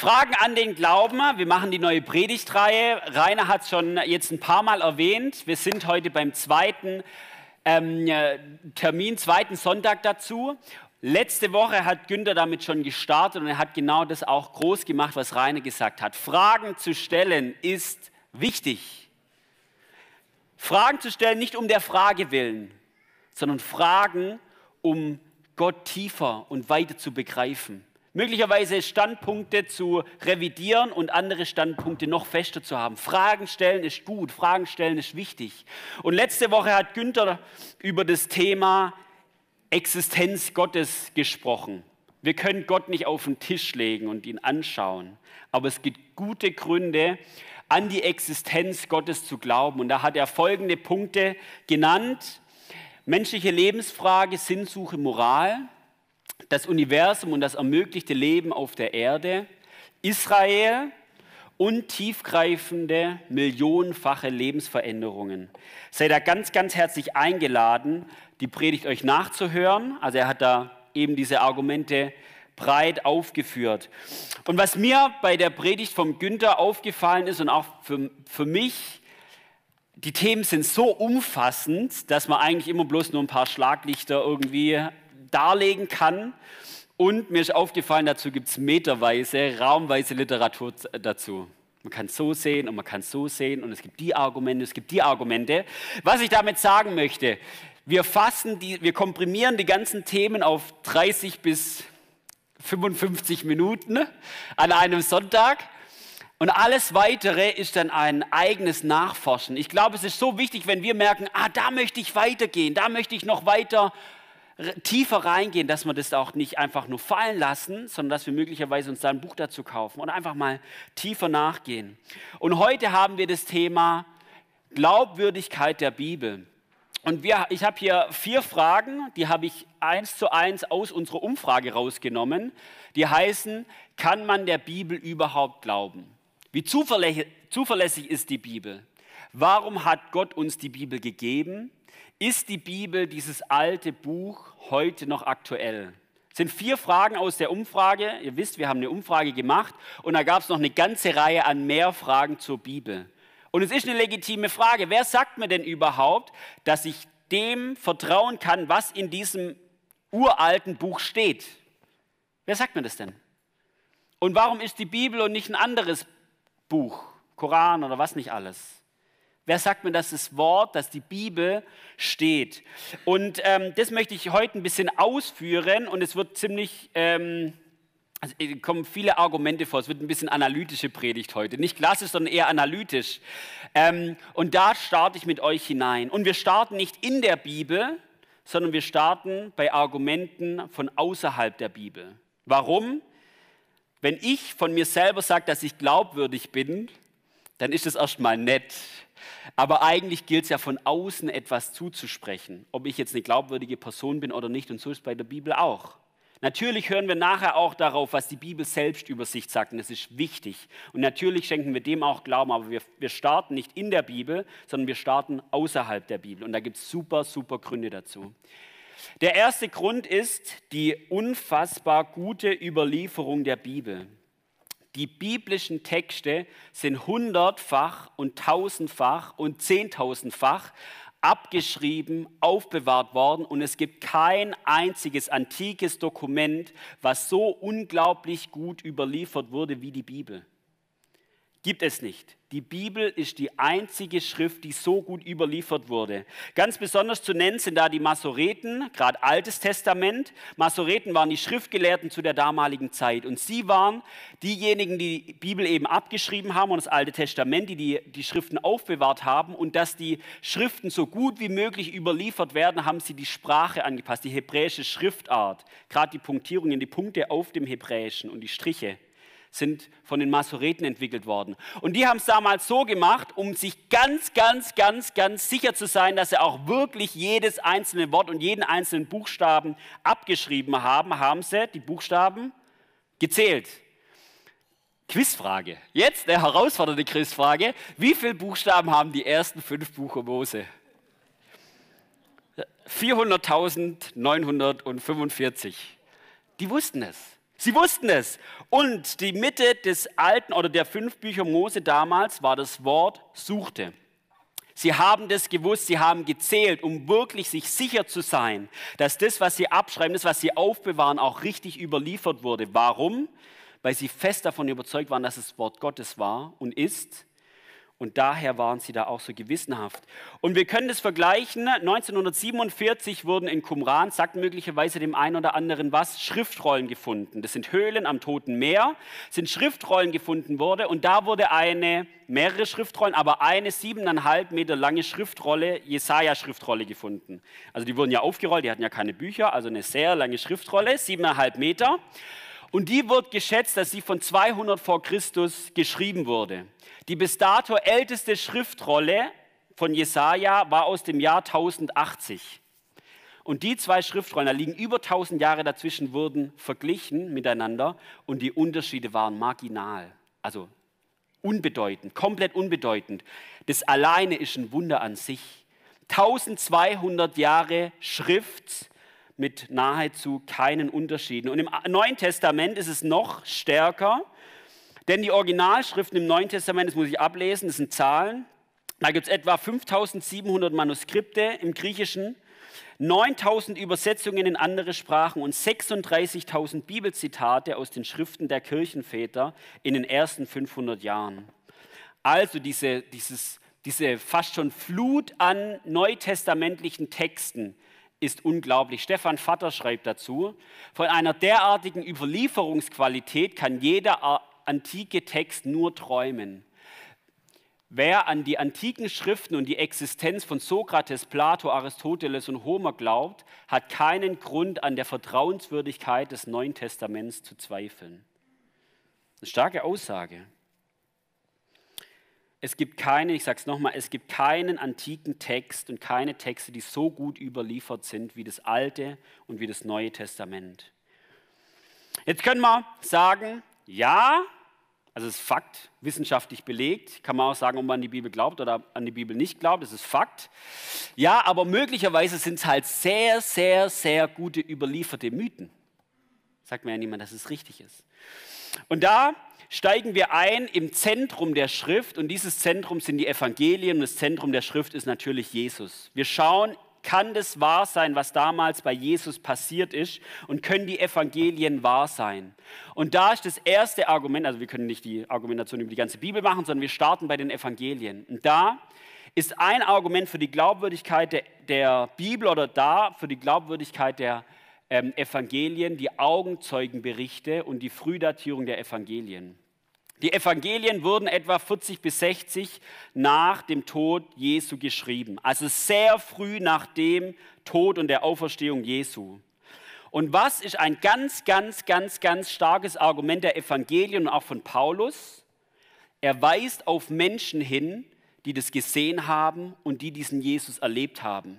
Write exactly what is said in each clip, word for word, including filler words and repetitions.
Fragen an den Glauben. Wir machen die neue Predigtreihe. Rainer hat es schon jetzt ein paar Mal erwähnt. Wir sind heute beim zweiten ähm, Termin, zweiten Sonntag dazu. Letzte Woche hat Günther damit schon gestartet und er hat genau das auch groß gemacht, was Rainer gesagt hat. Fragen zu stellen ist wichtig. Fragen zu stellen nicht um der Frage willen, sondern Fragen, um Gott tiefer und weiter zu begreifen. Möglicherweise Standpunkte zu revidieren und andere Standpunkte noch fester zu haben. Fragen stellen ist gut, Fragen stellen ist wichtig. Und letzte Woche hat Günther über das Thema Existenz Gottes gesprochen. Wir können Gott nicht auf den Tisch legen und ihn anschauen, aber es gibt gute Gründe, an die Existenz Gottes zu glauben. Und da hat er folgende Punkte genannt: menschliche Lebensfrage, Sinnsuche, Moral, das Universum und das ermöglichte Leben auf der Erde, Israel und tiefgreifende, millionenfache Lebensveränderungen. Seid da ganz, ganz herzlich eingeladen, die Predigt euch nachzuhören. Also er hat da eben diese Argumente breit aufgeführt. Und was mir bei der Predigt vom Günther aufgefallen ist und auch für, für mich, die Themen sind so umfassend, dass man eigentlich immer bloß nur ein paar Schlaglichter irgendwie darlegen kann. Und mir ist aufgefallen, dazu gibt es meterweise, raumweise Literatur dazu. Man kann es so sehen und man kann es so sehen und es gibt die Argumente, es gibt die Argumente. Was ich damit sagen möchte: Wir fassen die, wir komprimieren die ganzen Themen auf dreißig bis fünfundfünfzig Minuten an einem Sonntag. Und alles Weitere ist dann ein eigenes Nachforschen. Ich glaube, es ist so wichtig, wenn wir merken, ah, da möchte ich weitergehen, da möchte ich noch weiter tiefer reingehen, dass wir das auch nicht einfach nur fallen lassen, sondern dass wir möglicherweise uns da ein Buch dazu kaufen und einfach mal tiefer nachgehen. Und heute haben wir das Thema Glaubwürdigkeit der Bibel. Und wir, ich habe hier vier Fragen, die habe ich eins zu eins aus unserer Umfrage rausgenommen. Die heißen: Kann man der Bibel überhaupt glauben? Wie zuverlässig, zuverlässig ist die Bibel? Warum hat Gott uns die Bibel gegeben? Ist die Bibel, dieses alte Buch, heute noch aktuell? Das sind vier Fragen aus der Umfrage. Ihr wisst, wir haben eine Umfrage gemacht und da gab es noch eine ganze Reihe an mehr Fragen zur Bibel. Und es ist eine legitime Frage. Wer sagt mir denn überhaupt, dass ich dem vertrauen kann, was in diesem uralten Buch steht? Wer sagt mir das denn? Und warum ist die Bibel und nicht ein anderes Buch, Koran oder was nicht alles? Wer sagt mir, dass das Wort, dass die Bibel steht? Und ähm, das möchte ich heute ein bisschen ausführen und es wird ziemlich, ähm, also, es kommen viele Argumente vor, es wird ein bisschen analytische Predigt heute. Nicht klassisch, sondern eher analytisch. Ähm, und da starte ich mit euch hinein. Und wir starten nicht in der Bibel, sondern wir starten bei Argumenten von außerhalb der Bibel. Warum? Wenn ich von mir selber sage, dass ich glaubwürdig bin, dann ist das erstmal nett. Aber eigentlich gilt es ja von außen etwas zuzusprechen, ob ich jetzt eine glaubwürdige Person bin oder nicht. Und so ist es bei der Bibel auch. Natürlich hören wir nachher auch darauf, was die Bibel selbst über sich sagt. Und das ist wichtig. Und natürlich schenken wir dem auch Glauben. Aber wir, wir starten nicht in der Bibel, sondern wir starten außerhalb der Bibel. Und da gibt es super, super Gründe dazu. Der erste Grund ist die unfassbar gute Überlieferung der Bibel. Die biblischen Texte sind hundertfach und tausendfach und zehntausendfach abgeschrieben, aufbewahrt worden und es gibt kein einziges antikes Dokument, was so unglaublich gut überliefert wurde wie die Bibel. Gibt es nicht. Die Bibel ist die einzige Schrift, die so gut überliefert wurde. Ganz besonders zu nennen sind da die Masoreten, gerade Altes Testament. Masoreten waren die Schriftgelehrten zu der damaligen Zeit und sie waren diejenigen, die die Bibel eben abgeschrieben haben und das Alte Testament, die die, die Schriften aufbewahrt haben. Und dass die Schriften so gut wie möglich überliefert werden, haben sie die Sprache angepasst, die hebräische Schriftart. Gerade die Punktierungen, die Punkte auf dem Hebräischen und die Striche sind von den Masoreten entwickelt worden. Und die haben es damals so gemacht, um sich ganz, ganz, ganz, ganz sicher zu sein, dass sie auch wirklich jedes einzelne Wort und jeden einzelnen Buchstaben abgeschrieben haben, haben sie die Buchstaben gezählt. Quizfrage. Jetzt eine herausfordernde Quizfrage. Wie viele Buchstaben haben die ersten fünf Bücher Mose? vierhunderttausendneunhundertfünfundvierzig. Die wussten es. Sie wussten es. Und die Mitte des alten oder der fünf Bücher Mose damals war das Wort suchte. Sie haben das gewusst, sie haben gezählt, um wirklich sich sicher zu sein, dass das, was sie abschreiben, das, was sie aufbewahren, auch richtig überliefert wurde. Warum? Weil sie fest davon überzeugt waren, dass es das Wort Gottes war und ist. Und daher waren sie da auch so gewissenhaft. Und wir können das vergleichen. neunzehnhundertsiebenundvierzig wurden in Qumran, sagt möglicherweise dem einen oder anderen was, Schriftrollen gefunden. Das sind Höhlen am Toten Meer, sind Schriftrollen gefunden worden. Und da wurde eine, mehrere Schriftrollen, aber eine siebeneinhalb Meter lange Schriftrolle, Jesaja-Schriftrolle gefunden. Also die wurden ja aufgerollt, die hatten ja keine Bücher, also eine sehr lange Schriftrolle, siebeneinhalb Meter. Und die wird geschätzt, dass sie von zweihundert vor Christus geschrieben wurde. Die bis dato älteste Schriftrolle von Jesaja war aus dem Jahr tausendachtzig. Und die zwei Schriftrollen, da liegen über tausend Jahre dazwischen, wurden verglichen miteinander und die Unterschiede waren marginal, also unbedeutend, komplett unbedeutend. Das alleine ist ein Wunder an sich. tausendzweihundert Jahre Schrift mit nahezu keinen Unterschieden. Und im Neuen Testament ist es noch stärker, denn die Originalschriften im Neuen Testament, das muss ich ablesen, das sind Zahlen, da gibt es etwa fünftausendsiebenhundert Manuskripte im Griechischen, neuntausend Übersetzungen in andere Sprachen und sechsunddreißigtausend Bibelzitate aus den Schriften der Kirchenväter in den ersten fünfhundert Jahren. Also diese, dieses, diese fast schon Flut an neutestamentlichen Texten ist unglaublich. Stefan Vatter schreibt dazu, von einer derartigen Überlieferungsqualität kann jeder antike Text nur träumen. Wer an die antiken Schriften und die Existenz von Sokrates, Plato, Aristoteles und Homer glaubt, hat keinen Grund, an der Vertrauenswürdigkeit des Neuen Testaments zu zweifeln. Eine starke Aussage. Es gibt keine, ich sage es nochmal, es gibt keinen antiken Text und keine Texte, die so gut überliefert sind wie das Alte und wie das Neue Testament. Jetzt können wir sagen, ja, also es ist Fakt, wissenschaftlich belegt. Kann man auch sagen, ob man an die Bibel glaubt oder an die Bibel nicht glaubt, das ist Fakt. Ja, aber möglicherweise sind es halt sehr, sehr, sehr gute überlieferte Mythen. Sagt mir ja niemand, dass es richtig ist. Und da steigen wir ein im Zentrum der Schrift und dieses Zentrum sind die Evangelien und das Zentrum der Schrift ist natürlich Jesus. Wir schauen, kann das wahr sein, was damals bei Jesus passiert ist und können die Evangelien wahr sein? Und da ist das erste Argument, also wir können nicht die Argumentation über die ganze Bibel machen, sondern wir starten bei den Evangelien. Und da ist ein Argument für die Glaubwürdigkeit der, der Bibel oder da für die Glaubwürdigkeit der ähm, Evangelien die Augenzeugenberichte und die Frühdatierung der Evangelien. Die Evangelien wurden etwa vierzig bis sechzig nach dem Tod Jesu geschrieben, also sehr früh nach dem Tod und der Auferstehung Jesu. Und was ist ein ganz, ganz, ganz, ganz starkes Argument der Evangelien und auch von Paulus? Er weist auf Menschen hin, die das gesehen haben und die diesen Jesus erlebt haben.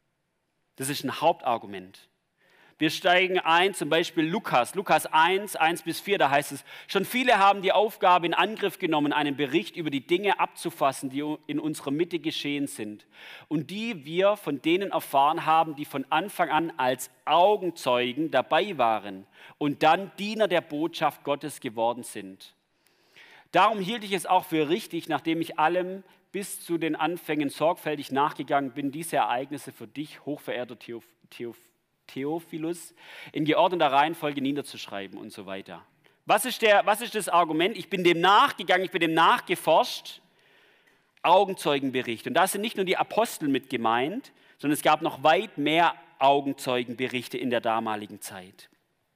Das ist ein Hauptargument. Wir steigen ein, zum Beispiel Lukas, Lukas eins, eins bis vier, da heißt es, schon viele haben die Aufgabe in Angriff genommen, einen Bericht über die Dinge abzufassen, die in unserer Mitte geschehen sind und die wir von denen erfahren haben, die von Anfang an als Augenzeugen dabei waren und dann Diener der Botschaft Gottes geworden sind. Darum hielt ich es auch für richtig, nachdem ich allem bis zu den Anfängen sorgfältig nachgegangen bin, diese Ereignisse für dich, hochverehrter Theoph Theoph Theophilus, in geordneter Reihenfolge niederzuschreiben und so weiter. Was ist, der, was ist das Argument? Ich bin dem nachgegangen, ich bin dem nachgeforscht. Augenzeugenbericht. Und da sind nicht nur die Apostel mit gemeint, sondern es gab noch weit mehr Augenzeugenberichte in der damaligen Zeit.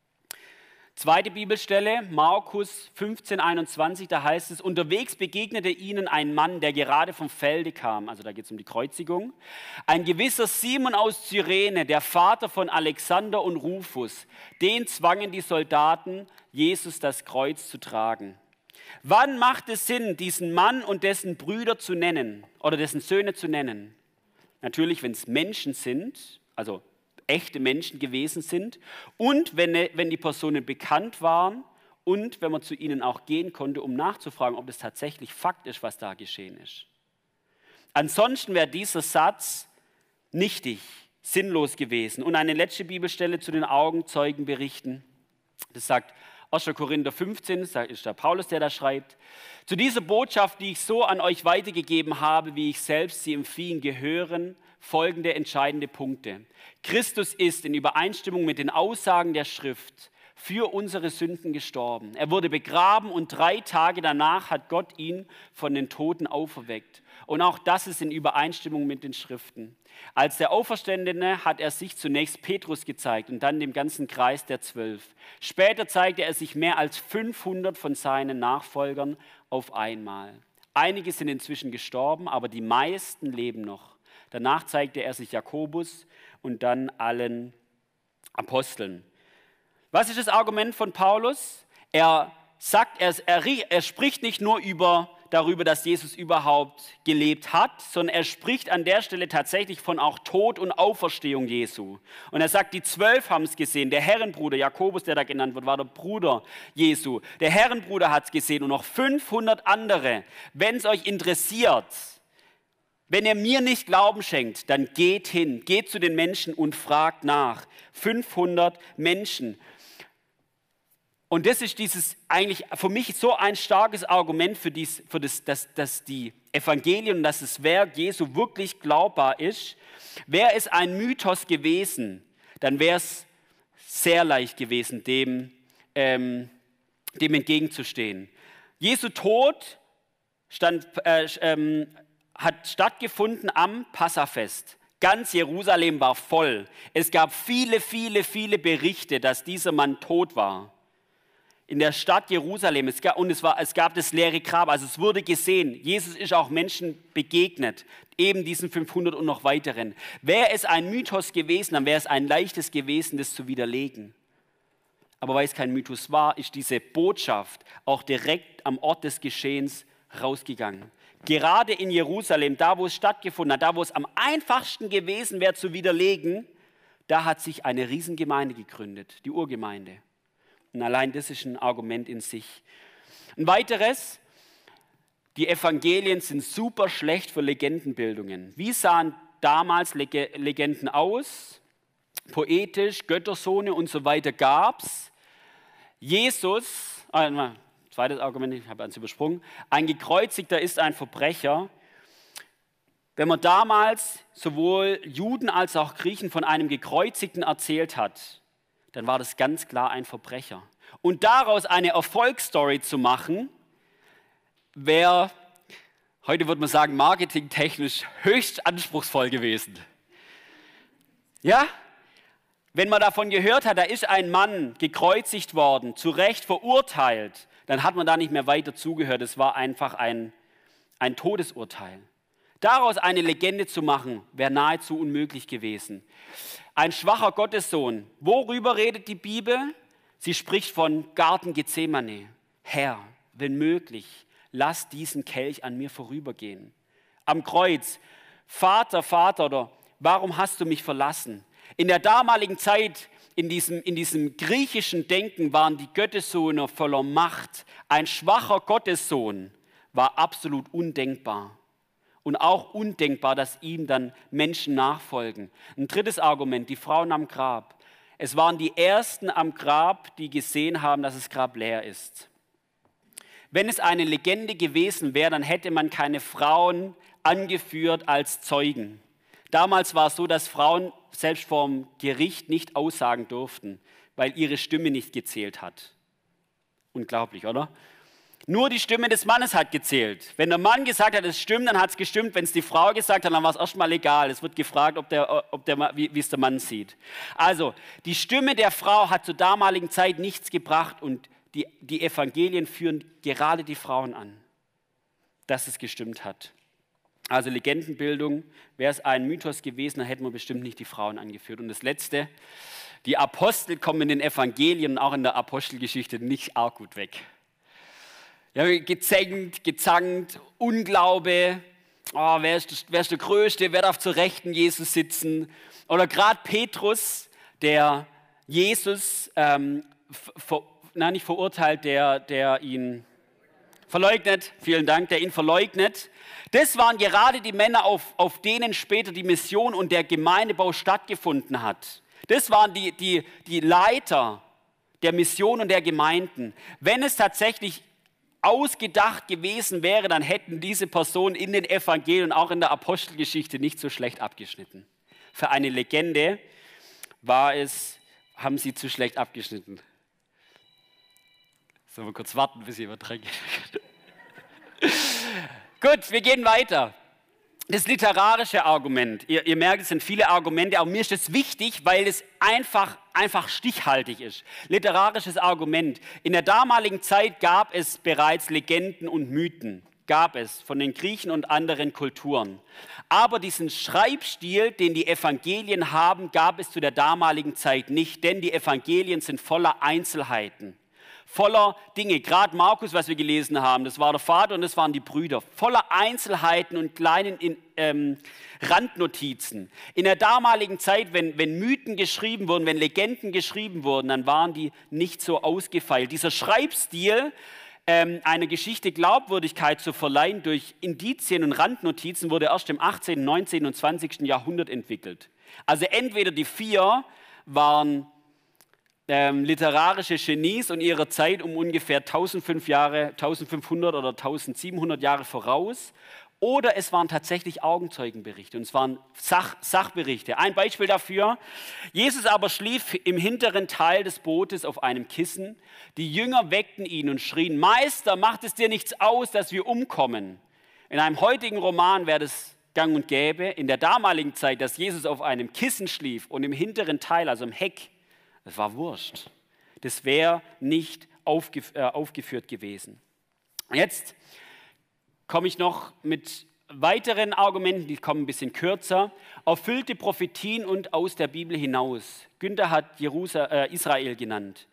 Zweite Bibelstelle, Markus fünfzehn, einundzwanzig, da heißt es, unterwegs begegnete ihnen ein Mann, der gerade vom Felde kam, also da geht es um die Kreuzigung, ein gewisser Simon aus Cyrene, der Vater von Alexander und Rufus, den zwangen die Soldaten, Jesus das Kreuz zu tragen. Wann macht es Sinn, diesen Mann und dessen Brüder zu nennen oder dessen Söhne zu nennen? Natürlich, wenn es Menschen sind, also echte Menschen gewesen sind und wenn, wenn die Personen bekannt waren und wenn man zu ihnen auch gehen konnte, um nachzufragen, ob es tatsächlich Fakt ist, was da geschehen ist. Ansonsten wäre dieser Satz nichtig, sinnlos gewesen. Und eine letzte Bibelstelle zu den Augenzeugenberichten, das sagt erster Korinther fünfzehn, da ist der Paulus, der da schreibt. Zu dieser Botschaft, die ich so an euch weitergegeben habe, wie ich selbst sie empfing, gehören folgende entscheidende Punkte. Christus ist in Übereinstimmung mit den Aussagen der Schrift für unsere Sünden gestorben. Er wurde begraben und drei Tage danach hat Gott ihn von den Toten auferweckt. Und auch das ist in Übereinstimmung mit den Schriften. Als der Auferstandene hat er sich zunächst Petrus gezeigt und dann dem ganzen Kreis der Zwölf. Später zeigte er sich mehr als fünfhundert von seinen Nachfolgern auf einmal. Einige sind inzwischen gestorben, aber die meisten leben noch. Danach zeigte er sich Jakobus und dann allen Aposteln. Was ist das Argument von Paulus? Er sagt, er, er, er spricht nicht nur über, darüber, dass Jesus überhaupt gelebt hat, sondern er spricht an der Stelle tatsächlich von auch Tod und Auferstehung Jesu. Und er sagt, die Zwölf haben es gesehen. Der Herrenbruder, Jakobus, der da genannt wird, war der Bruder Jesu. Der Herrenbruder hat es gesehen und noch fünfhundert andere. Wenn es euch interessiert, wenn ihr mir nicht Glauben schenkt, dann geht hin, geht zu den Menschen und fragt nach. fünfhundert Menschen. Und das ist dieses eigentlich für mich so ein starkes Argument für, dies, für das, dass, dass die Evangelien und dass das Werk Jesu wirklich glaubbar ist. Wäre es ein Mythos gewesen, dann wäre es sehr leicht gewesen, dem, ähm, dem entgegenzustehen. Jesu Tod stand, äh, ähm, hat stattgefunden am Passafest. Ganz Jerusalem war voll. Es gab viele, viele, viele Berichte, dass dieser Mann tot war. In der Stadt Jerusalem, es gab, und es, war, es gab das leere Grab, also es wurde gesehen, Jesus ist auch Menschen begegnet, eben diesen fünfhundert und noch weiteren. Wäre es ein Mythos gewesen, dann wäre es ein leichtes gewesen, das zu widerlegen. Aber weil es kein Mythos war, ist diese Botschaft auch direkt am Ort des Geschehens rausgegangen. Gerade in Jerusalem, da wo es stattgefunden hat, da wo es am einfachsten gewesen wäre zu widerlegen, da hat sich eine Riesengemeinde gegründet, die Urgemeinde. Und allein das ist ein Argument in sich. Ein weiteres, die Evangelien sind super schlecht für Legendenbildungen. Wie sahen damals Legenden aus? Poetisch, Göttersohne und so weiter gab es. Jesus, ah, zweites Argument, ich habe eins übersprungen, ein Gekreuzigter ist ein Verbrecher. Wenn man damals sowohl Juden als auch Griechen von einem Gekreuzigten erzählt hat, dann war das ganz klar ein Verbrecher. Und daraus eine Erfolgsstory zu machen, wäre, heute würde man sagen, marketingtechnisch höchst anspruchsvoll gewesen. Ja? Wenn man davon gehört hat, da ist ein Mann gekreuzigt worden, zu Recht verurteilt, dann hat man da nicht mehr weiter zugehört. Es war einfach ein, ein Todesurteil. Daraus eine Legende zu machen, wäre nahezu unmöglich gewesen. Ein schwacher Gottessohn. Worüber redet die Bibel? Sie spricht von Garten Gethsemane. Herr, wenn möglich, lass diesen Kelch an mir vorübergehen. Am Kreuz, Vater, Vater, oder warum hast du mich verlassen? In der damaligen Zeit, in diesem, in diesem griechischen Denken, waren die Gottessöhne voller Macht. Ein schwacher Gottessohn war absolut undenkbar. Und auch undenkbar, dass ihm dann Menschen nachfolgen. Ein drittes Argument, die Frauen am Grab. Es waren die Ersten am Grab, die gesehen haben, dass das Grab leer ist. Wenn es eine Legende gewesen wäre, dann hätte man keine Frauen angeführt als Zeugen. Damals war es so, dass Frauen selbst vorm Gericht nicht aussagen durften, weil ihre Stimme nicht gezählt hat. Unglaublich, oder? Nur die Stimme des Mannes hat gezählt. Wenn der Mann gesagt hat, es stimmt, dann hat es gestimmt. Wenn es die Frau gesagt hat, dann war es erstmal egal. Es wird gefragt, ob der, ob der, wie, wie es der Mann sieht. Also, die Stimme der Frau hat zur damaligen Zeit nichts gebracht und die, die Evangelien führen gerade die Frauen an, dass es gestimmt hat. Also Legendenbildung, wäre es ein Mythos gewesen, dann hätten wir bestimmt nicht die Frauen angeführt. Und das Letzte, die Apostel kommen in den Evangelien und auch in der Apostelgeschichte nicht arg gut weg. Ja, gezänkt, gezankt, Unglaube, oh, wer, ist, wer ist der Größte, wer darf zur Rechten Jesus sitzen? Oder gerade Petrus, der Jesus, ähm, ver, nein, nicht verurteilt, der, der ihn verleugnet, vielen Dank, der ihn verleugnet. Das waren gerade die Männer, auf, auf denen später die Mission und der Gemeindebau stattgefunden hat. Das waren die, die, die Leiter der Mission und der Gemeinden. Wenn es tatsächlich ausgedacht gewesen wäre, dann hätten diese Personen in den Evangelien und auch in der Apostelgeschichte nicht so schlecht abgeschnitten. Für eine Legende war es, haben sie zu schlecht abgeschnitten. Sollen wir kurz warten, bis jemand reingeht? Gut, wir gehen weiter. Das literarische Argument. Ihr, ihr merkt, es sind viele Argumente, aber mir ist es wichtig, weil es einfach, einfach stichhaltig ist. Literarisches Argument. In der damaligen Zeit gab es bereits Legenden und Mythen. Gab es von den Griechen und anderen Kulturen. Aber diesen Schreibstil, den die Evangelien haben, gab es zu der damaligen Zeit nicht, denn die Evangelien sind voller Einzelheiten. Voller Dinge, gerade Markus, was wir gelesen haben, das war der Vater und das waren die Brüder, voller Einzelheiten und kleinen in, ähm, Randnotizen. In der damaligen Zeit, wenn, wenn Mythen geschrieben wurden, wenn Legenden geschrieben wurden, dann waren die nicht so ausgefeilt. Dieser Schreibstil, ähm, einer Geschichte Glaubwürdigkeit zu verleihen durch Indizien und Randnotizen, wurde erst im achtzehnten, neunzehnten und zwanzigsten Jahrhundert entwickelt. Also entweder die vier waren Ähm, literarische Genies und ihrer Zeit um ungefähr eintausendfünfhundert Jahre, eintausendfünfhundert oder eintausendsiebenhundert Jahre voraus. Oder es waren tatsächlich Augenzeugenberichte und es waren Sach Sachberichte. Ein Beispiel dafür, Jesus aber schlief im hinteren Teil des Bootes auf einem Kissen. Die Jünger weckten ihn und schrien, Meister, macht es dir nichts aus, dass wir umkommen? In einem heutigen Roman wäre das gang und gäbe. In der damaligen Zeit, dass Jesus auf einem Kissen schlief und im hinteren Teil, also im Heck, das war wurscht. Das wäre nicht aufgef äh, aufgeführt gewesen. Jetzt komme ich noch mit weiteren Argumenten, die kommen ein bisschen kürzer. Erfüllte Prophetien und aus der Bibel hinaus. Günther hat Jerusal äh, Israel genannt.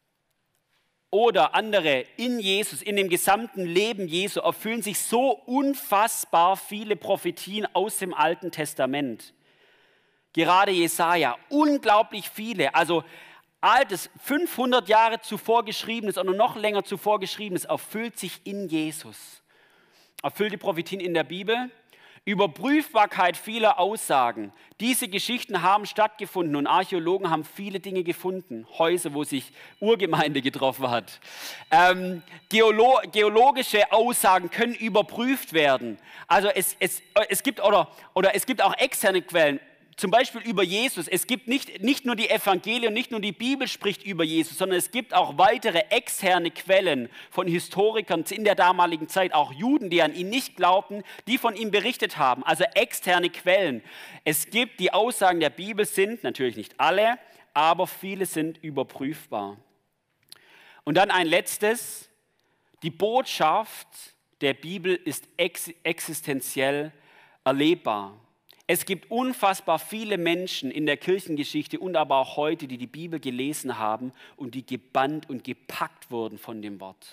Oder andere, in Jesus, in dem gesamten Leben Jesu erfüllen sich so unfassbar viele Prophetien aus dem Alten Testament. Gerade Jesaja, unglaublich viele, also altes, fünfhundert Jahre zuvor geschriebenes oder noch länger zuvor geschriebenes, erfüllt sich in Jesus. Erfüllt die Prophetien in der Bibel. Überprüfbarkeit vieler Aussagen. Diese Geschichten haben stattgefunden und Archäologen haben viele Dinge gefunden. Häuser, wo sich Urgemeinde getroffen hat. Ähm, Geolo geologische Aussagen können überprüft werden. Also es, es, es gibt oder, oder es gibt auch externe Quellen. Zum Beispiel über Jesus. Es gibt nicht, nicht nur die Evangelien, nicht nur die Bibel spricht über Jesus, sondern es gibt auch weitere externe Quellen von Historikern in der damaligen Zeit, auch Juden, die an ihn nicht glaubten, die von ihm berichtet haben. Also externe Quellen. Es gibt, die Aussagen der Bibel sind, natürlich nicht alle, aber viele sind überprüfbar. Und dann ein letztes. Die Botschaft der Bibel ist ex existenziell erlebbar. Es gibt unfassbar viele Menschen in der Kirchengeschichte und aber auch heute, die die Bibel gelesen haben und die gebannt und gepackt wurden von dem Wort.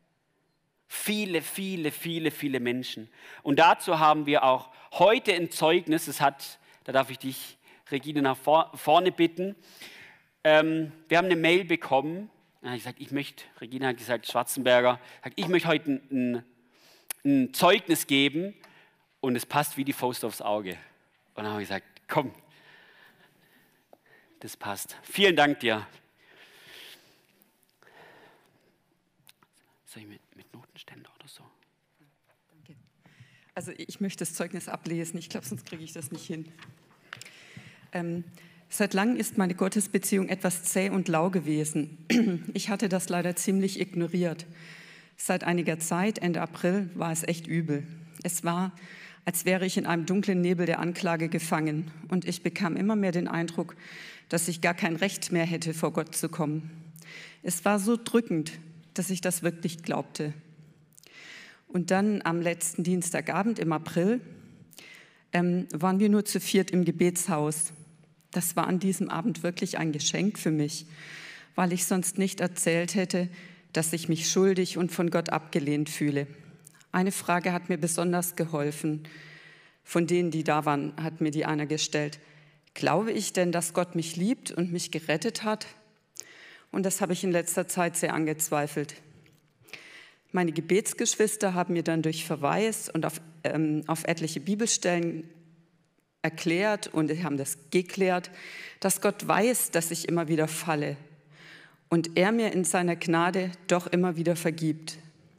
Viele, viele, viele, viele Menschen. Und dazu haben wir auch heute ein Zeugnis, das hat, da darf ich dich, Regine, nach vor, vorne bitten. Ähm, wir haben eine Mail bekommen. Da habe ich gesagt, ich möchte, Regine hat gesagt, Schwarzenberger, ich möchte heute ein, ein Zeugnis geben und es passt wie die Faust aufs Auge. Und dann habe ich gesagt, komm, das passt. Vielen Dank dir. Soll ich mit, mit Notenständer oder so? Danke. Also ich möchte das Zeugnis ablesen. Ich glaube, sonst kriege ich das nicht hin. Ähm, seit langem ist meine Gottesbeziehung etwas zäh und lau gewesen. Ich hatte das leider ziemlich ignoriert. Seit einiger Zeit, Ende April, war es echt übel. Es war, als wäre ich in einem dunklen Nebel der Anklage gefangen. Und ich bekam immer mehr den Eindruck, dass ich gar kein Recht mehr hätte, vor Gott zu kommen. Es war so drückend, dass ich das wirklich glaubte. Und dann am letzten Dienstagabend im April ähm, waren wir nur zu viert im Gebetshaus. Das war an diesem Abend wirklich ein Geschenk für mich, weil ich sonst nicht erzählt hätte, dass ich mich schuldig und von Gott abgelehnt fühle. Eine Frage hat mir besonders geholfen. Von denen, die da waren, hat mir die einer gestellt. Glaube ich denn, dass Gott mich liebt und mich gerettet hat? Und das habe ich in letzter Zeit sehr angezweifelt. Meine Gebetsgeschwister haben mir dann durch Verweis und auf, ähm, auf etliche Bibelstellen erklärt und haben das geklärt, dass Gott weiß, dass ich immer wieder falle. und er mir in seiner Gnade doch immer wieder vergibt.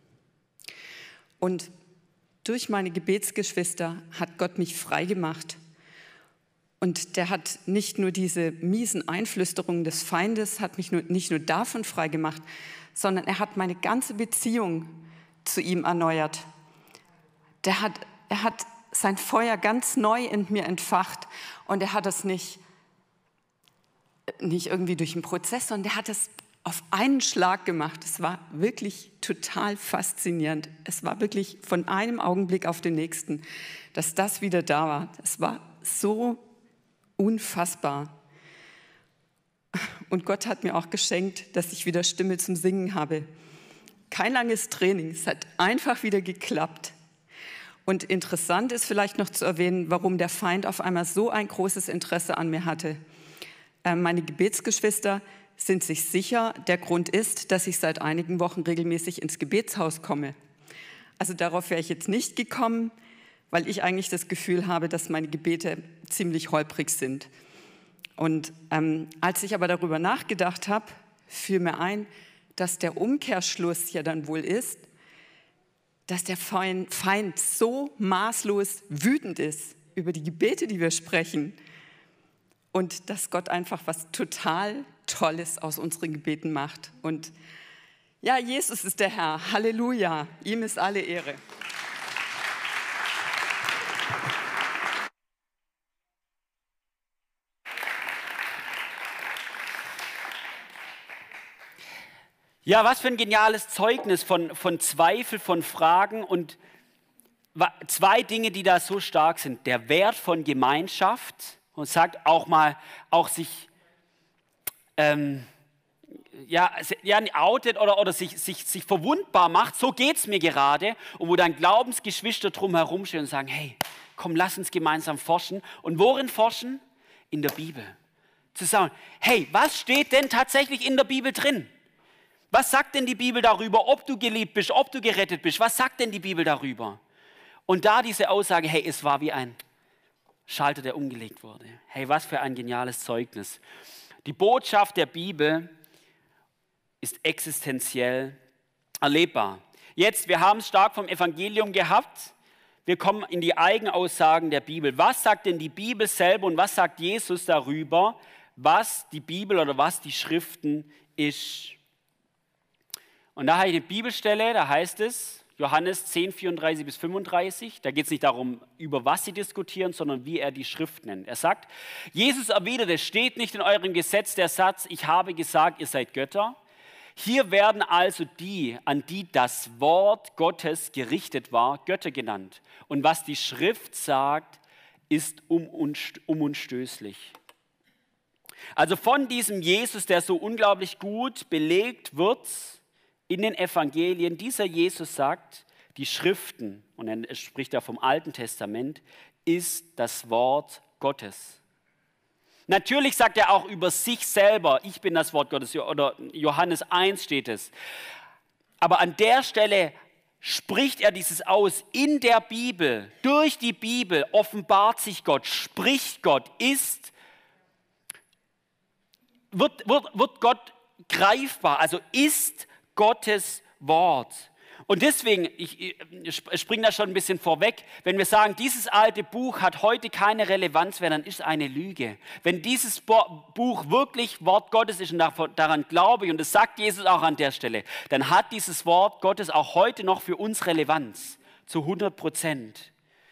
Und durch meine Gebetsgeschwister hat Gott mich frei gemacht. Und der hat nicht nur diese miesen Einflüsterungen des Feindes, hat mich nur, nicht nur davon frei gemacht, sondern er hat meine ganze Beziehung zu ihm erneuert. Der hat, er hat sein Feuer ganz neu in mir entfacht und er hat es nicht, nicht irgendwie durch einen Prozess, sondern er hat es auf einen Schlag gemacht. Es war wirklich total faszinierend. Es war wirklich von einem Augenblick auf den nächsten, dass das wieder da war. Es war so unfassbar. Und Gott hat mir auch geschenkt, dass ich wieder Stimme zum Singen habe. Kein langes Training, es hat einfach wieder geklappt. Und interessant ist vielleicht noch zu erwähnen, warum der Feind auf einmal so ein großes Interesse an mir hatte. Ähm, meine Gebetsgeschwister sind sich sicher, der Grund ist, dass ich seit einigen Wochen regelmäßig ins Gebetshaus komme. Also darauf wäre ich jetzt nicht gekommen, weil ich eigentlich das Gefühl habe, dass meine Gebete ziemlich holprig sind. Und ähm, als ich aber darüber nachgedacht habe, fiel mir ein, dass der Umkehrschluss ja dann wohl ist, dass der Feind so maßlos wütend ist über die Gebete, die wir sprechen, und dass Gott einfach was total Tolles aus unseren Gebeten macht. Und ja, Jesus ist der Herr. Halleluja. Ihm ist alle Ehre. Ja, was für ein geniales Zeugnis von, von Zweifel, von Fragen und zwei Dinge, die da so stark sind. Der Wert von Gemeinschaft und sagt auch mal, auch sich ähm, ja, ja, outet oder, oder sich, sich, sich verwundbar macht, so geht es mir gerade. Und wo dann Glaubensgeschwister drumherum stehen und sagen, hey, komm, lass uns gemeinsam forschen. Und worin forschen? In der Bibel. Zu sagen, hey, was steht denn tatsächlich in der Bibel drin? Was sagt denn die Bibel darüber, ob du geliebt bist, ob du gerettet bist? Was sagt denn die Bibel darüber? Und da diese Aussage, hey, es war wie ein Schalter, der umgelegt wurde. Hey, was für ein geniales Zeugnis. Die Botschaft der Bibel ist existenziell erlebbar. Jetzt, wir haben es stark vom Evangelium gehabt. Wir kommen in die Eigenaussagen der Bibel. Was sagt denn die Bibel selber und was sagt Jesus darüber, was die Bibel oder was die Schriften ist? Und da habe ich eine Bibelstelle, da heißt es, Johannes zehn, vierunddreißig bis fünfunddreißig, da geht es nicht darum, über was sie diskutieren, sondern wie er die Schrift nennt. Er sagt, Jesus erwiderte, steht nicht in eurem Gesetz der Satz, ich habe gesagt, ihr seid Götter. Hier werden also die, an die das Wort Gottes gerichtet war, Götter genannt. Und was die Schrift sagt, ist unumstößlich. Also von diesem Jesus, der so unglaublich gut belegt wird, in den Evangelien, dieser Jesus sagt, die Schriften, und er spricht da vom Alten Testament, ist das Wort Gottes. Natürlich sagt er auch über sich selber, ich bin das Wort Gottes, oder Johannes eins steht es. Aber an der Stelle spricht er dieses aus. In der Bibel, durch die Bibel offenbart sich Gott, spricht Gott, ist, wird, wird, wird Gott greifbar, also ist Gottes Wort. Und deswegen, ich, ich springe da schon ein bisschen vorweg, wenn wir sagen, dieses alte Buch hat heute keine Relevanz mehr, dann ist es eine Lüge. Wenn dieses Buch wirklich Wort Gottes ist und daran glaube ich, und das sagt Jesus auch an der Stelle, dann hat dieses Wort Gottes auch heute noch für uns Relevanz, zu hundert Prozent.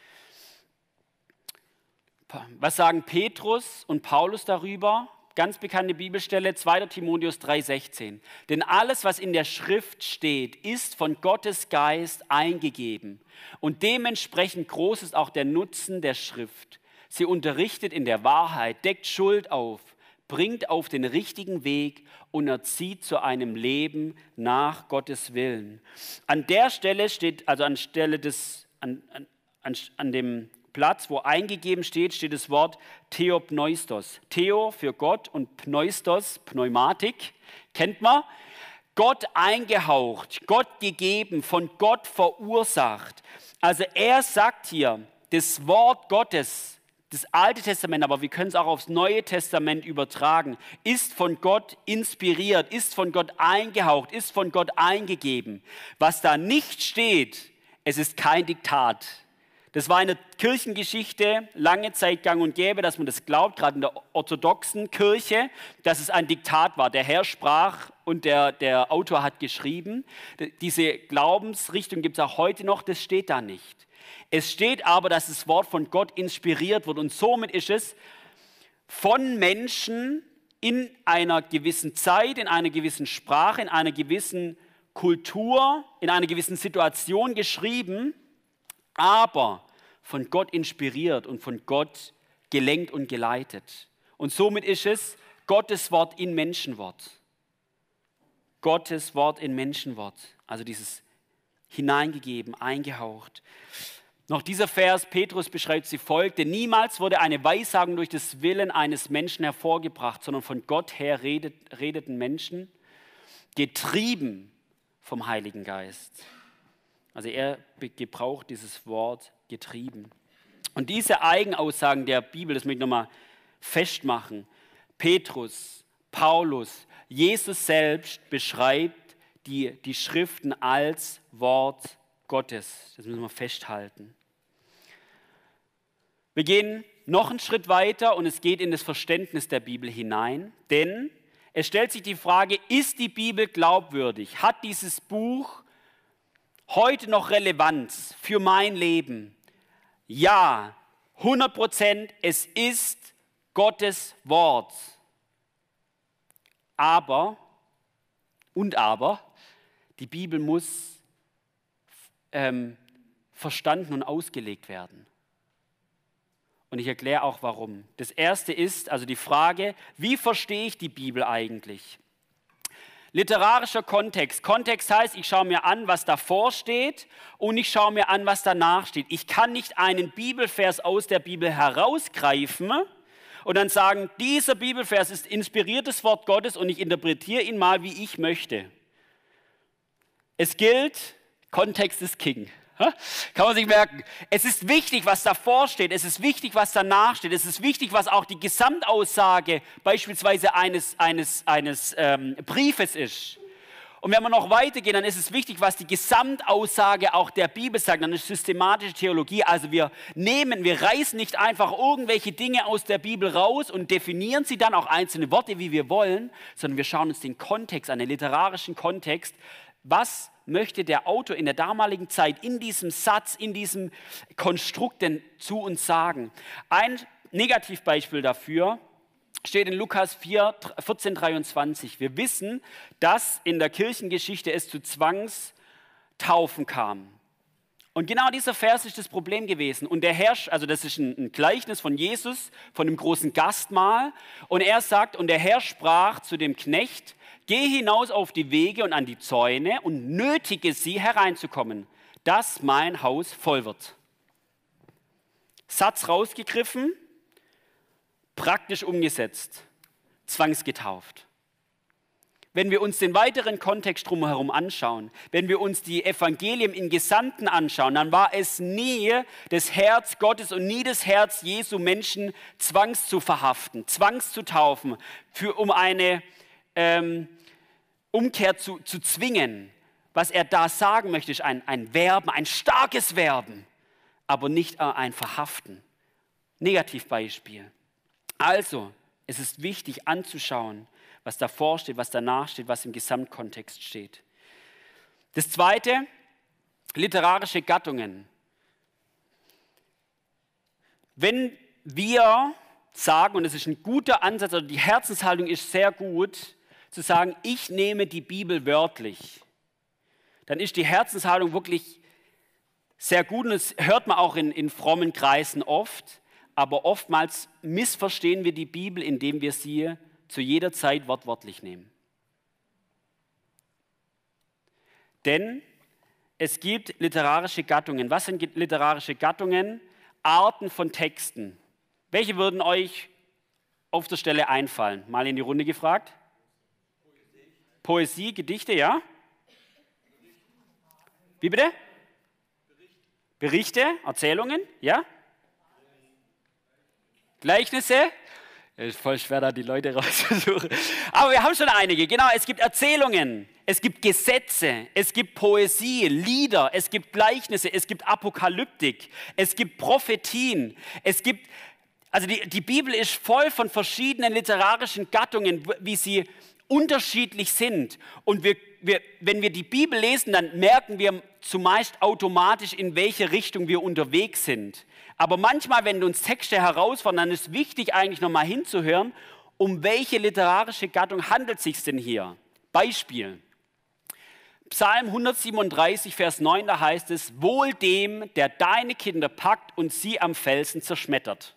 Was sagen Petrus und Paulus darüber? Ganz bekannte Bibelstelle, zweiter Timotheus drei, sechzehn. Denn alles, was in der Schrift steht, ist von Gottes Geist eingegeben. Und dementsprechend groß ist auch der Nutzen der Schrift. Sie unterrichtet in der Wahrheit, deckt Schuld auf, bringt auf den richtigen Weg und erzieht zu einem Leben nach Gottes Willen. An der Stelle steht, also an Stelle des, an, an, an dem Platz, wo eingegeben steht, steht das Wort Theopneustos. Theo für Gott und Pneustos, Pneumatik, kennt man. Gott eingehaucht, Gott gegeben, von Gott verursacht. Also er sagt hier, das Wort Gottes, das Alte Testament, aber wir können es auch aufs Neue Testament übertragen, ist von Gott inspiriert, ist von Gott eingehaucht, ist von Gott eingegeben. Was da nicht steht, es ist kein Diktat. Das war in der Kirchengeschichte lange Zeit gang und gäbe, dass man das glaubt, gerade in der orthodoxen Kirche, dass es ein Diktat war. Der Herr sprach und der, der Autor hat geschrieben. Diese Glaubensrichtung gibt es auch heute noch, das steht da nicht. Es steht aber, dass das Wort von Gott inspiriert wird und somit ist es von Menschen in einer gewissen Zeit, in einer gewissen Sprache, in einer gewissen Kultur, in einer gewissen Situation geschrieben, aber von Gott inspiriert und von Gott gelenkt und geleitet. Und somit ist es Gottes Wort in Menschenwort. Gottes Wort in Menschenwort. Also dieses hineingegeben, eingehaucht. Noch dieser Vers, Petrus beschreibt sie folgte: Niemals wurde eine Weissagung durch das Willen eines Menschen hervorgebracht, sondern von Gott her redet, redeten Menschen, getrieben vom Heiligen Geist. Also er gebraucht dieses Wort getrieben. Und diese Eigenaussagen der Bibel, das möchte ich nochmal festmachen, Petrus, Paulus, Jesus selbst beschreibt die, die Schriften als Wort Gottes. Das müssen wir festhalten. Wir gehen noch einen Schritt weiter und es geht in das Verständnis der Bibel hinein, denn es stellt sich die Frage, ist die Bibel glaubwürdig? Hat dieses Buch heute noch Relevanz für mein Leben? Ja, hundert Prozent, es ist Gottes Wort. Aber, und aber, die Bibel muss ähm, verstanden und ausgelegt werden. Und ich erkläre auch warum. Das erste ist also die Frage, wie verstehe ich die Bibel eigentlich? Literarischer Kontext. Kontext heißt, ich schaue mir an, was davor steht und ich schaue mir an, was danach steht. Ich kann nicht einen Bibelvers aus der Bibel herausgreifen und dann sagen, dieser Bibelvers ist inspiriertes Wort Gottes und ich interpretiere ihn mal, wie ich möchte. Es gilt, Kontext ist King. Kann man sich merken. Es ist wichtig, was davor steht. Es ist wichtig, was danach steht. Es ist wichtig, was auch die Gesamtaussage beispielsweise eines, eines, eines ähm, Briefes ist. Und wenn wir noch weitergehen, dann ist es wichtig, was die Gesamtaussage auch der Bibel sagt. Dann ist systematische Theologie. Also wir nehmen, wir reißen nicht einfach irgendwelche Dinge aus der Bibel raus und definieren sie dann auch einzelne Worte, wie wir wollen, sondern wir schauen uns den Kontext an, den literarischen Kontext. Was möchte der Autor in der damaligen Zeit in diesem Satz, in diesem Konstrukt denn zu uns sagen? Ein Negativbeispiel dafür steht in Lukas vierzehn dreiundzwanzig. Wir wissen, dass in der Kirchengeschichte es zu Zwangstaufen kam. Und genau dieser Vers ist das Problem gewesen. Und der Herr, also das ist ein, ein Gleichnis von Jesus, von dem großen Gastmahl. Und er sagt, und der Herr sprach zu dem Knecht, geh hinaus auf die Wege und an die Zäune und nötige sie hereinzukommen, dass mein Haus voll wird. Satz rausgegriffen, praktisch umgesetzt, zwangsgetauft. Wenn wir uns den weiteren Kontext drumherum anschauen, wenn wir uns die Evangelien im Gesamten anschauen, dann war es nie das Herz Gottes und nie das Herz Jesu, Menschen zwangs zu verhaften, zwangs zu taufen, für, um eine ähm, Umkehr zu, zu zwingen. Was er da sagen möchte, ist ein, ein Werben, ein starkes Werben, aber nicht ein Verhaften. Negativbeispiel. Also, es ist wichtig anzuschauen, was davor steht, was danach steht, was im Gesamtkontext steht. Das Zweite, literarische Gattungen. Wenn wir sagen, und es ist ein guter Ansatz, oder die Herzenshaltung ist sehr gut, zu sagen, ich nehme die Bibel wörtlich, dann ist die Herzenshaltung wirklich sehr gut und das hört man auch in, in frommen Kreisen oft, aber oftmals missverstehen wir die Bibel, indem wir sie zu jeder Zeit wortwörtlich nehmen. Denn es gibt literarische Gattungen. Was sind literarische Gattungen? Arten von Texten. Welche würden euch auf der Stelle einfallen? Mal in die Runde gefragt. Poesie, Poesie Gedichte, ja? Wie bitte? Berichte, Berichte Erzählungen, ja? Gleichnisse. Es ist voll schwer, da die Leute rauszusuchen. Aber wir haben schon einige. Genau, es gibt Erzählungen, es gibt Gesetze, es gibt Poesie, Lieder, es gibt Gleichnisse, es gibt Apokalyptik, es gibt Prophetien, es gibt, also die, die Bibel ist voll von verschiedenen literarischen Gattungen, wie sie unterschiedlich sind. Und wir, wir, wenn wir die Bibel lesen, dann merken wir zumeist automatisch, in welche Richtung wir unterwegs sind. Aber manchmal, wenn uns Texte herausfordern, dann ist wichtig, eigentlich nochmal hinzuhören, um welche literarische Gattung handelt es sich denn hier? Beispiel. Psalm hundertsiebenunddreißig, Vers neun, da heißt es, wohl dem, der deine Kinder packt und sie am Felsen zerschmettert.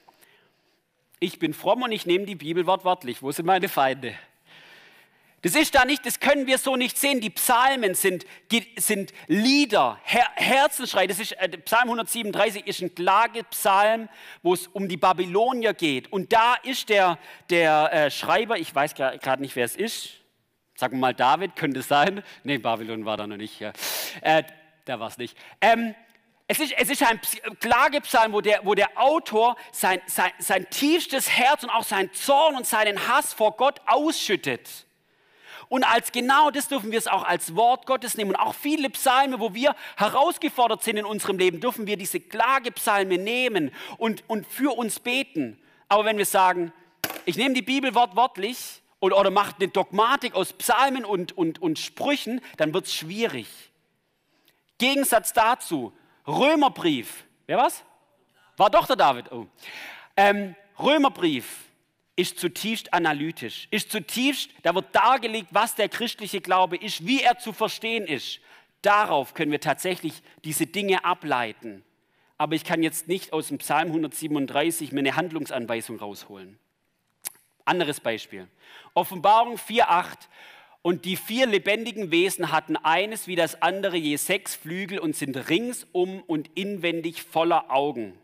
Ich bin fromm und ich nehme die Bibel wortwörtlich. Wo sind meine Feinde? Das ist da nicht, das können wir so nicht sehen. Die Psalmen sind, sind Lieder, Her Herzensschrei. Das ist, äh, Psalm hundertsiebenunddreißig ist ein Klagepsalm, wo es um die Babylonier geht. Und da ist der, der äh, Schreiber, ich weiß gerade nicht, wer es ist. Sagen wir mal David, könnte es sein. Nee, Babylon war da noch nicht. Ja. Äh, da war es nicht. Ähm, es ist, es ist ein Klagepsalm, wo der, wo der Autor sein, sein, sein tiefstes Herz und auch seinen Zorn und seinen Hass vor Gott ausschüttet. Und als genau das dürfen wir es auch als Wort Gottes nehmen. Und auch viele Psalme, wo wir herausgefordert sind in unserem Leben, dürfen wir diese Klagepsalme nehmen und, und für uns beten. Aber wenn wir sagen, ich nehme die Bibel wortwörtlich oder, oder mache eine Dogmatik aus Psalmen und, und, und Sprüchen, dann wird es schwierig. Gegensatz dazu, Römerbrief. Wer was? War doch der David. Oh. Ähm, Römerbrief. Ist zutiefst analytisch, ist zutiefst, da wird dargelegt, was der christliche Glaube ist, wie er zu verstehen ist. Darauf können wir tatsächlich diese Dinge ableiten. Aber ich kann jetzt nicht aus dem Psalm hundertsiebenunddreißig mir eine Handlungsanweisung rausholen. Anderes Beispiel. Offenbarung vier, acht. Und die vier lebendigen Wesen hatten eines wie das andere je sechs Flügel und sind ringsum und inwendig voller Augen.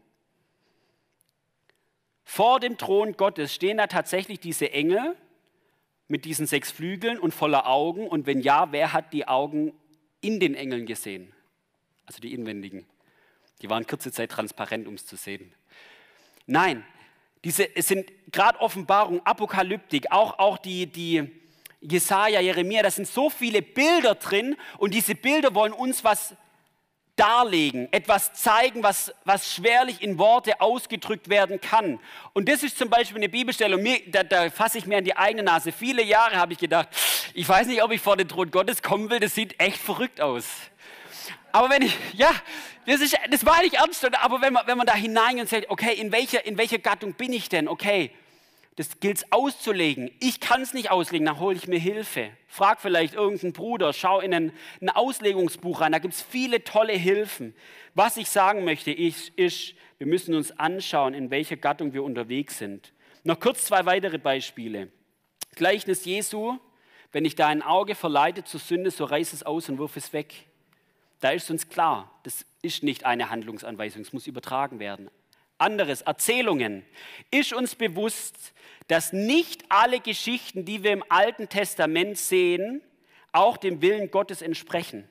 Vor dem Thron Gottes stehen da tatsächlich diese Engel mit diesen sechs Flügeln und voller Augen. Und wenn ja, wer hat die Augen in den Engeln gesehen? Also die inwendigen. Die waren kurze Zeit transparent, um es zu sehen. Nein, diese, es sind gerade Offenbarung, Apokalyptik, auch, auch die, die Jesaja, Jeremia, da sind so viele Bilder drin. Und diese Bilder wollen uns was darlegen, etwas zeigen, was, was schwerlich in Worte ausgedrückt werden kann. Und das ist zum Beispiel eine Bibelstelle, und mir, da, da fasse ich mir an die eigene Nase. Viele Jahre habe ich gedacht, ich weiß nicht, ob ich vor den Thron Gottes kommen will, das sieht echt verrückt aus. Aber wenn ich, ja, das, ist, das war nicht ernst, aber wenn man, wenn man da hinein und sagt, okay, in welcher, in welcher Gattung bin ich denn? Okay, das gilt es auszulegen. Ich kann es nicht auslegen, dann hole ich mir Hilfe. Frag vielleicht irgendeinen Bruder, schau in ein, ein Auslegungsbuch rein, da gibt es viele tolle Hilfen. Was ich sagen möchte, ist, ist, wir müssen uns anschauen, in welcher Gattung wir unterwegs sind. Noch kurz zwei weitere Beispiele. Gleichnis Jesu, wenn ich dein Auge verleite zur Sünde, so reiß es aus und wirf es weg. Da ist uns klar, das ist nicht eine Handlungsanweisung, es muss übertragen werden. Anderes, Erzählungen. Ist uns bewusst, dass nicht alle Geschichten, die wir im Alten Testament sehen, auch dem Willen Gottes entsprechen?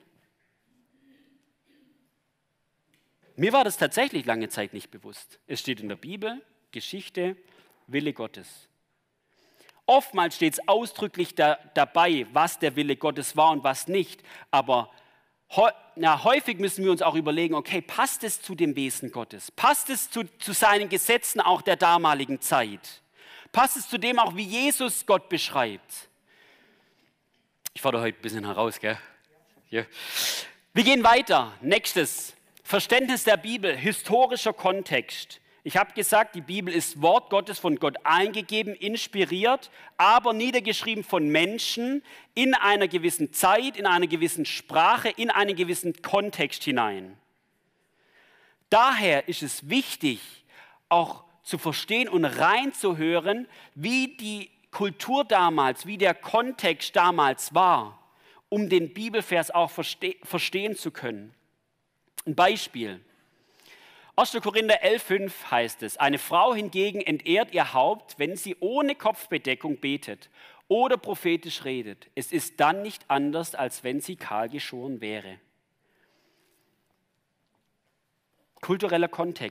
Mir war das tatsächlich lange Zeit nicht bewusst. Es steht in der Bibel, Geschichte, Wille Gottes. Oftmals steht es ausdrücklich da, dabei, was der Wille Gottes war und was nicht. Aber Na, häufig müssen wir uns auch überlegen, okay, passt es zu dem Wesen Gottes? Passt es zu, zu seinen Gesetzen auch der damaligen Zeit? Passt es zu dem auch, wie Jesus Gott beschreibt? Ich fordere heute ein bisschen heraus, gell? Ja. Wir gehen weiter. Nächstes, Verständnis der Bibel, historischer Kontext. Ich habe gesagt, die Bibel ist Wort Gottes, von Gott eingegeben, inspiriert, aber niedergeschrieben von Menschen in einer gewissen Zeit, in einer gewissen Sprache, in einen gewissen Kontext hinein. Daher ist es wichtig, auch zu verstehen und reinzuhören, wie die Kultur damals, wie der Kontext damals war, um den Bibelvers auch verste- verstehen zu können. Ein Beispiel. erster Korinther elf, fünf heißt es, eine Frau hingegen entehrt ihr Haupt, wenn sie ohne Kopfbedeckung betet oder prophetisch redet. Es ist dann nicht anders, als wenn sie kahl geschoren wäre. Kultureller Kontext.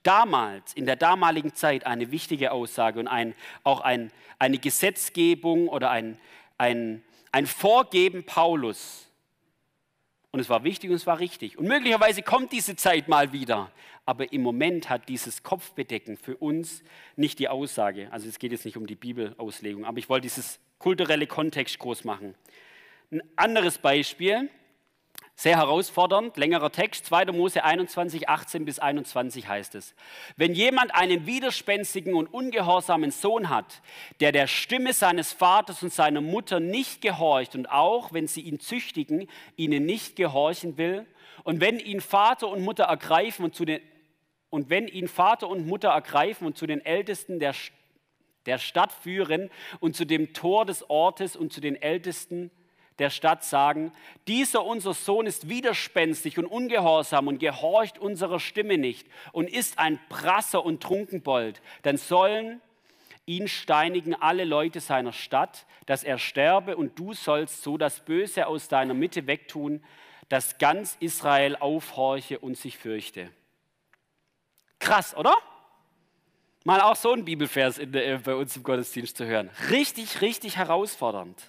damals, in der damaligen Zeit eine wichtige Aussage und ein, auch ein, eine Gesetzgebung oder ein, ein, ein Vorgeben Paulus. Und es war wichtig und es war richtig. Und möglicherweise kommt diese Zeit mal wieder. Aber im Moment hat dieses Kopfbedecken für uns nicht die Aussage. Also es geht jetzt nicht um die Bibelauslegung, aber ich wollte dieses kulturelle Kontext groß machen. Ein anderes Beispiel, sehr herausfordernd, längerer Text, zweiter Mose einundzwanzig, achtzehn bis einundzwanzig heißt es. Wenn jemand einen widerspenstigen und ungehorsamen Sohn hat, der der Stimme seines Vaters und seiner Mutter nicht gehorcht und auch, wenn sie ihn züchtigen, ihnen nicht gehorchen will, und wenn ihn Vater und Mutter ergreifen und zu den, und wenn ihn Vater und Mutter ergreifen und zu den Ältesten der, der Stadt führen und zu dem Tor des Ortes und zu den Ältesten der Stadt sagen, dieser unser Sohn ist widerspenstig und ungehorsam und gehorcht unserer Stimme nicht und ist ein Prasser und Trunkenbold, dann sollen ihn steinigen alle Leute seiner Stadt, dass er sterbe, und du sollst so das Böse aus deiner Mitte wegtun, dass ganz Israel aufhorche und sich fürchte. Krass, oder? Mal auch so ein Bibelvers in der, bei uns im Gottesdienst zu hören. Richtig, richtig herausfordernd.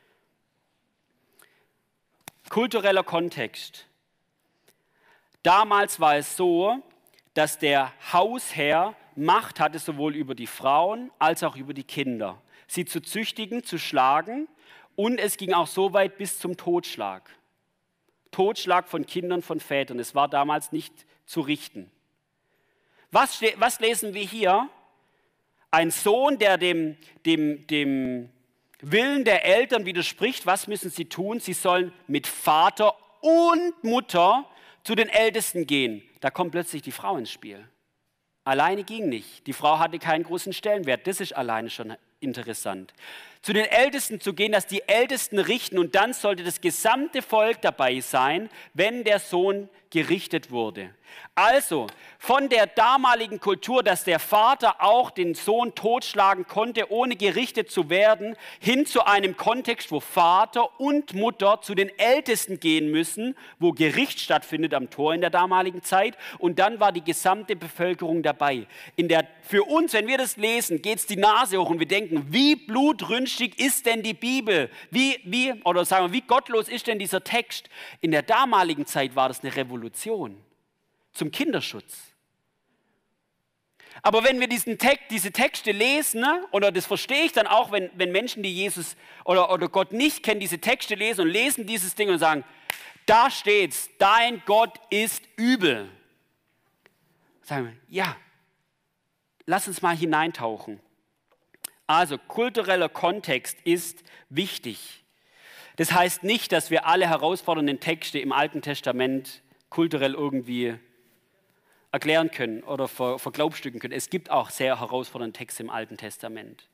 Kultureller Kontext. Damals war es so, dass der Hausherr Macht hatte sowohl über die Frauen als auch über die Kinder. Sie zu züchtigen, zu schlagen, und es ging auch so weit bis zum Totschlag. Totschlag von Kindern, von Vätern. Es war damals nicht zu richten. Was, was lesen wir hier? Ein Sohn, der dem, dem, dem Willen der Eltern widerspricht. Was müssen sie tun? Sie sollen mit Vater und Mutter zu den Ältesten gehen. Da kommt plötzlich die Frau ins Spiel. Alleine ging nicht. Die Frau hatte keinen großen Stellenwert. Das ist alleine schon interessant. Zu den Ältesten zu gehen, dass die Ältesten richten, und dann sollte das gesamte Volk dabei sein, wenn der Sohn gerichtet wurde. Also von der damaligen Kultur, dass der Vater auch den Sohn totschlagen konnte, ohne gerichtet zu werden, hin zu einem Kontext, wo Vater und Mutter zu den Ältesten gehen müssen, wo Gericht stattfindet am Tor in der damaligen Zeit, und dann war die gesamte Bevölkerung dabei. In der, für uns, wenn wir das lesen, geht es die Nase hoch und wir denken, wie blutrünstig ist denn die Bibel? Wie, wie, oder sagen wir, wie gottlos ist denn dieser Text? In der damaligen Zeit war das eine Revolution zum Kinderschutz. Aber wenn wir diesen Text, diese Texte lesen, ne, oder das verstehe ich dann auch, wenn, wenn Menschen, die Jesus oder, oder Gott nicht kennen, diese Texte lesen und lesen dieses Ding und sagen, da steht's, dein Gott ist übel. Sagen wir, ja, lass uns mal hineintauchen. Also kultureller Kontext ist wichtig. Das heißt nicht, dass wir alle herausfordernden Texte im Alten Testament kulturell irgendwie erklären können oder ver, verglaubstücken können. Es gibt auch sehr herausfordernde Texte im Alten Testament.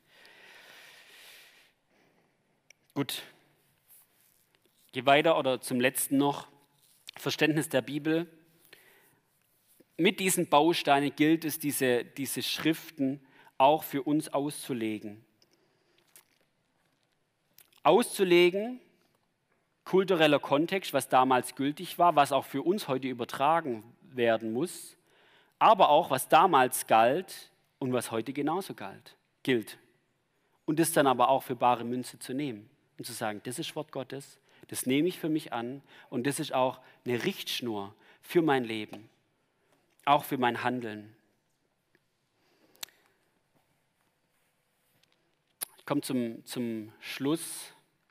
Gut, ich gehe weiter oder zum letzten noch. Verständnis der Bibel. Mit diesen Bausteinen gilt es, diese, diese Schriften auch für uns auszulegen. Auszulegen, kultureller Kontext, was damals gültig war, was auch für uns heute übertragen werden muss, aber auch, was damals galt und was heute genauso galt, gilt. Und das dann aber auch für bare Münze zu nehmen und zu sagen, das ist Wort Gottes, das nehme ich für mich an, und das ist auch eine Richtschnur für mein Leben, auch für mein Handeln. Ich komme zum, zum Schluss.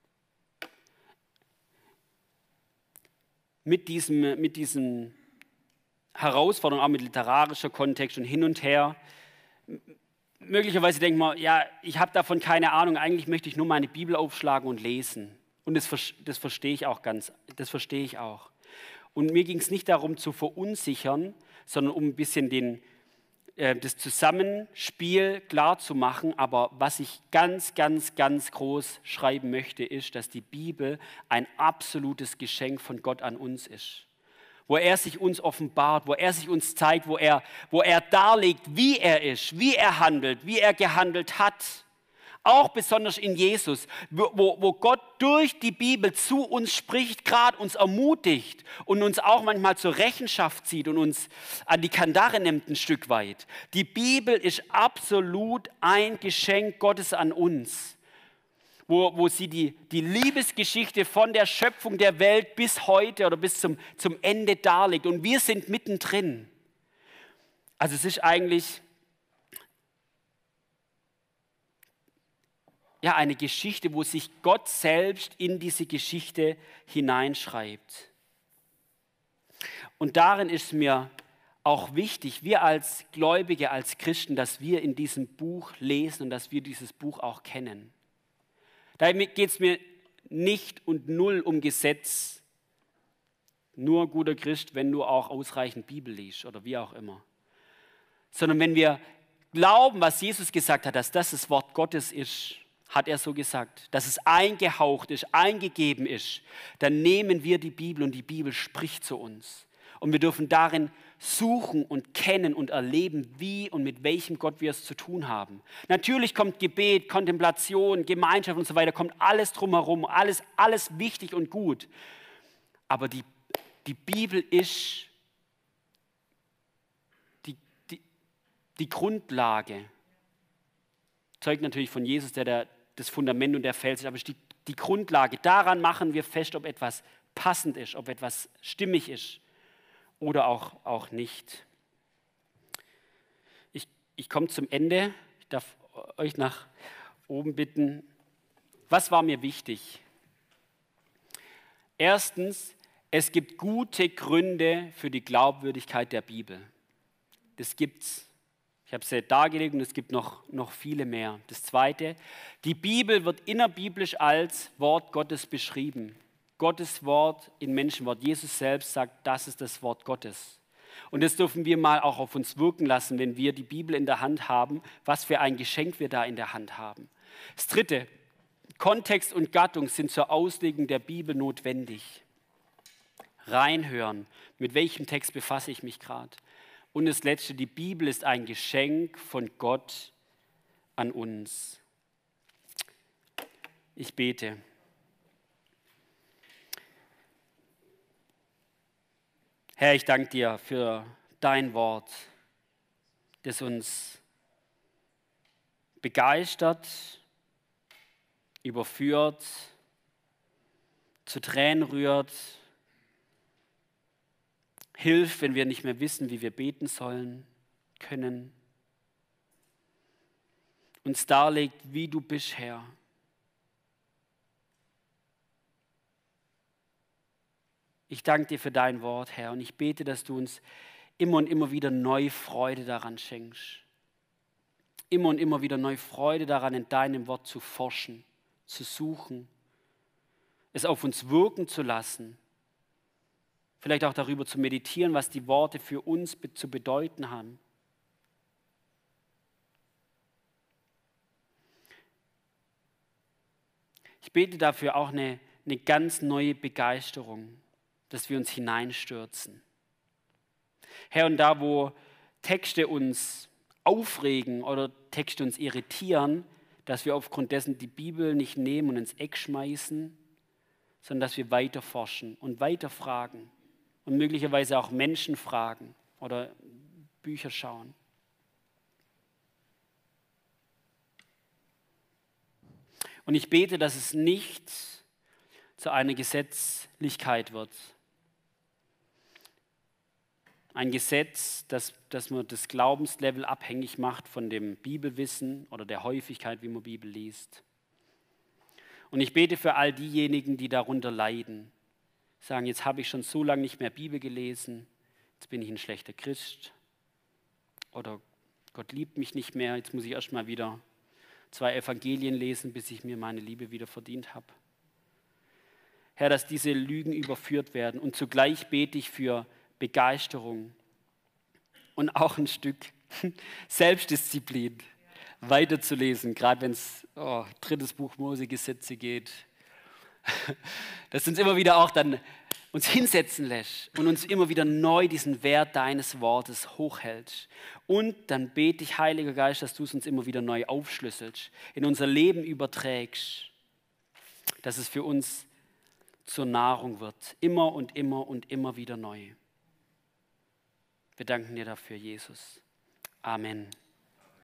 Mit diesem, mit diesen Herausforderungen, auch mit literarischer Kontext und hin und her. Möglicherweise denkt man, ja, ich habe davon keine Ahnung, eigentlich möchte ich nur meine Bibel aufschlagen und lesen. Und das, das verstehe ich auch ganz, das verstehe ich auch. Und mir ging es nicht darum zu verunsichern, sondern um ein bisschen den, äh, das Zusammenspiel klar zu machen. Aber was ich ganz, ganz, ganz groß schreiben möchte, ist, dass die Bibel ein absolutes Geschenk von Gott an uns ist. Wo er sich uns offenbart, wo er sich uns zeigt, wo er, wo er darlegt, wie er ist, wie er handelt, wie er gehandelt hat. Auch besonders in Jesus, wo, wo Gott durch die Bibel zu uns spricht, gerade uns ermutigt und uns auch manchmal zur Rechenschaft zieht und uns an die Kandare nimmt ein Stück weit. Die Bibel ist absolut ein Geschenk Gottes an uns, wo, wo sie die, die Liebesgeschichte von der Schöpfung der Welt bis heute oder bis zum, zum Ende darlegt. Und wir sind mittendrin. Also es ist eigentlich ja, eine Geschichte, wo sich Gott selbst in diese Geschichte hineinschreibt. Und darin ist mir auch wichtig, wir als Gläubige, als Christen, dass wir in diesem Buch lesen und dass wir dieses Buch auch kennen. Damit geht es mir nicht und null um Gesetz, nur guter Christ, wenn du auch ausreichend Bibel liest oder wie auch immer. Sondern wenn wir glauben, was Jesus gesagt hat, dass das das Wort Gottes ist, hat er so gesagt, dass es eingehaucht ist, eingegeben ist, dann nehmen wir die Bibel und die Bibel spricht zu uns. Und wir dürfen darin suchen und kennen und erleben, wie und mit welchem Gott wir es zu tun haben. Natürlich kommt Gebet, Kontemplation, Gemeinschaft und so weiter, kommt alles drumherum, alles, alles wichtig und gut. Aber die, die Bibel ist die, die, die Grundlage. Zeugt natürlich von Jesus, der, der das Fundament und der Fels ist, aber es ist die, die Grundlage. Daran machen wir fest, ob etwas passend ist, ob etwas stimmig ist oder auch, auch nicht. Ich, ich komme zum Ende. Ich darf euch nach oben bitten. Was war mir wichtig? Erstens, es gibt gute Gründe für die Glaubwürdigkeit der Bibel. Das gibt's. Ich habe es dargelegt und es gibt noch, noch viele mehr. Das Zweite, die Bibel wird innerbiblisch als Wort Gottes beschrieben. Gottes Wort in Menschenwort. Jesus selbst sagt, das ist das Wort Gottes. Und das dürfen wir mal auch auf uns wirken lassen, wenn wir die Bibel in der Hand haben, was für ein Geschenk wir da in der Hand haben. Das Dritte, Kontext und Gattung sind zur Auslegung der Bibel notwendig. Reinhören, mit welchem Text befasse ich mich gerade. Und das Letzte, die Bibel ist ein Geschenk von Gott an uns. Ich bete. Herr, ich danke dir für dein Wort, das uns begeistert, überführt, zu Tränen rührt, hilft, wenn wir nicht mehr wissen, wie wir beten sollen, können. Uns darlegt, wie du bist, Herr. Ich danke dir für dein Wort, Herr, und ich bete, dass du uns immer und immer wieder neu Freude daran schenkst. Immer und immer wieder neu Freude daran, in deinem Wort zu forschen, zu suchen, es auf uns wirken zu lassen. Vielleicht auch darüber zu meditieren, was die Worte für uns zu bedeuten haben. Ich bete dafür auch eine, eine ganz neue Begeisterung, dass wir uns hineinstürzen. Herr, und da, wo Texte uns aufregen oder Texte uns irritieren, dass wir aufgrund dessen die Bibel nicht nehmen und ins Eck schmeißen, sondern dass wir weiter forschen und weiter fragen. Und möglicherweise auch Menschen fragen oder Bücher schauen. Und ich bete, dass es nicht zu einer Gesetzlichkeit wird. Ein Gesetz, das, das man das Glaubenslevel abhängig macht von dem Bibelwissen oder der Häufigkeit, wie man Bibel liest. Und ich bete für all diejenigen, die darunter leiden. Sagen, jetzt habe ich schon so lange nicht mehr Bibel gelesen, jetzt bin ich ein schlechter Christ oder Gott liebt mich nicht mehr, jetzt muss ich erst mal wieder zwei Evangelien lesen, bis ich mir meine Liebe wieder verdient habe. Herr, dass diese Lügen überführt werden und zugleich bete ich für Begeisterung und auch ein Stück Selbstdisziplin, weiterzulesen, gerade wenn es oh, drittes Buch Mose, Gesetze geht. dass du uns immer wieder auch dann uns hinsetzen lässt und uns immer wieder neu diesen Wert deines Wortes hochhältst. Und dann bete ich, Heiliger Geist, dass du es uns immer wieder neu aufschlüsselst, in unser Leben überträgst, dass es für uns zur Nahrung wird, immer und immer und immer wieder neu. Wir danken dir dafür, Jesus. Amen.